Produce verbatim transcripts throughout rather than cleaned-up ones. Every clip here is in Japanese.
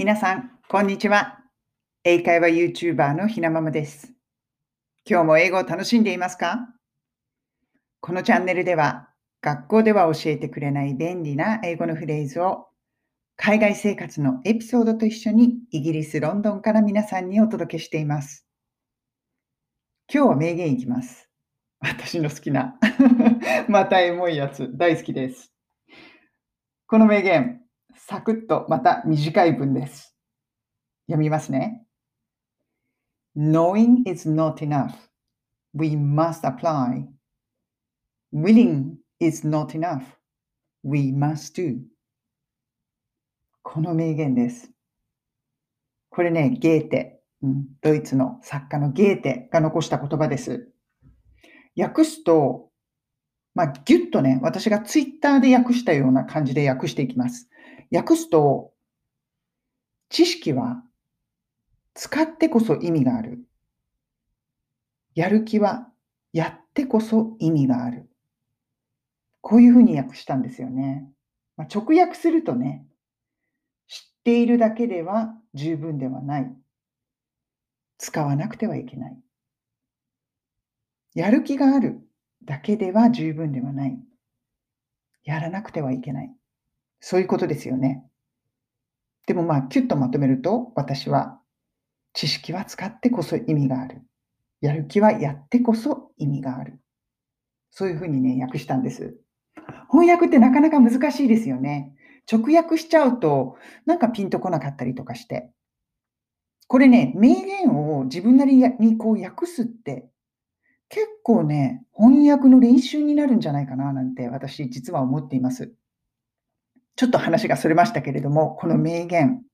皆さん、こんにちは。英会話 YouTuber のひなままです。今日も英語を楽しんでいますか？このチャンネルでは、学校では教えてくれない便利な英語のフレーズを、海外生活のエピソードと一緒にイギリス・ロンドンから皆さんにお届けしています。今日は名言いきます。私の好きな。またエモいやつ、大好きです。この名言、サクッとまた短い文です。読みますね。Knowing is not enough. We must apply. Willing is not enough. We must do. この名言です。これね、ゲーテ、うん、ドイツの作家のゲーテが残した言葉です。訳すと、まあ、ぎゅっとね、私がツイッターで訳したような感じで訳していきます。訳すと、知識は使ってこそ意味がある。やる気はやってこそ意味がある。こういうふうに訳したんですよね。まあ、直訳するとね、知っているだけでは十分ではない。使わなくてはいけない。やる気があるだけでは十分ではない。やらなくてはいけない。そういうことですよね。でもまあ、キュッとまとめると、私は、知識は使ってこそ意味がある。やる気はやってこそ意味がある。そういうふうにね、訳したんです。翻訳ってなかなか難しいですよね。直訳しちゃうと、なんかピンとこなかったりとかして。これね、名言を自分なりにこう訳すって、結構ね、翻訳の練習になるんじゃないかななんて私実は思っています。ちょっと話がそれましたけれども、この名言、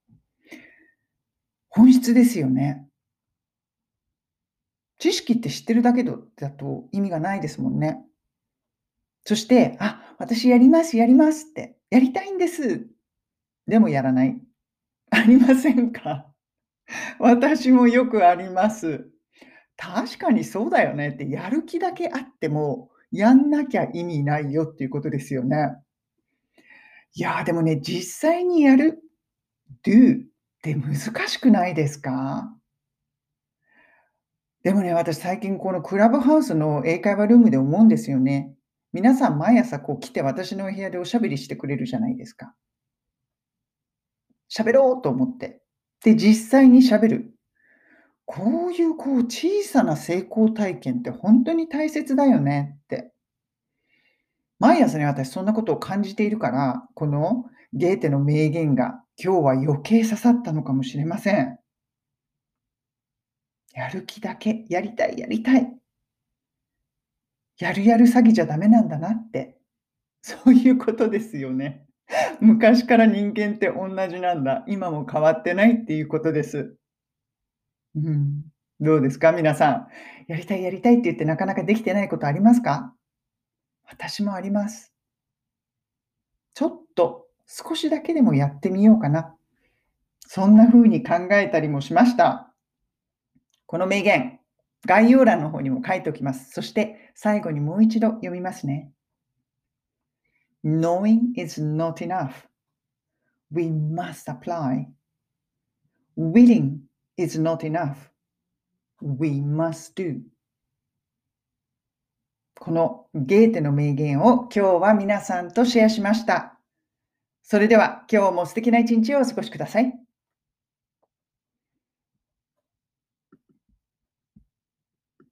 本質ですよね。知識って知ってるだけだと意味がないですもんね。そして、あ、私やりますやりますって、やりたいんです。でもやらない。ありませんか？私もよくあります。確かにそうだよねって、やる気だけあっても、やんなきゃ意味ないよっていうことですよね。いや、でもね、実際にやる、do って難しくないですか？でもね、私最近このクラブハウスの英会話ルームで思うんですよね。皆さん毎朝こう来て私の部屋でおしゃべりしてくれるじゃないですか。喋ろうと思って。で、実際に喋る。こういうこう小さな成功体験って本当に大切だよねって。毎朝ね、私そんなことを感じているから、このゲーテの名言が今日は余計刺さったのかもしれません。やる気だけ、やりたいやりたい。やるやる詐欺じゃダメなんだなって、そういうことですよね。昔から人間って同じなんだ、今も変わってないっていうことです。うん。どうですか、皆さん。やりたいやりたいって言ってなかなかできてないことありますか？私もあります。ちょっと少しだけでもやってみようかな。そんな風に考えたりもしました。この名言、概要欄の方にも書いておきます。そして最後にもう一度読みますね。Knowing is not enough. We must apply. Willing is not enough. We must do. このゲーテの名言を今日は皆さんとシェアしました。それでは今日も素敵な一日をお過ごしください。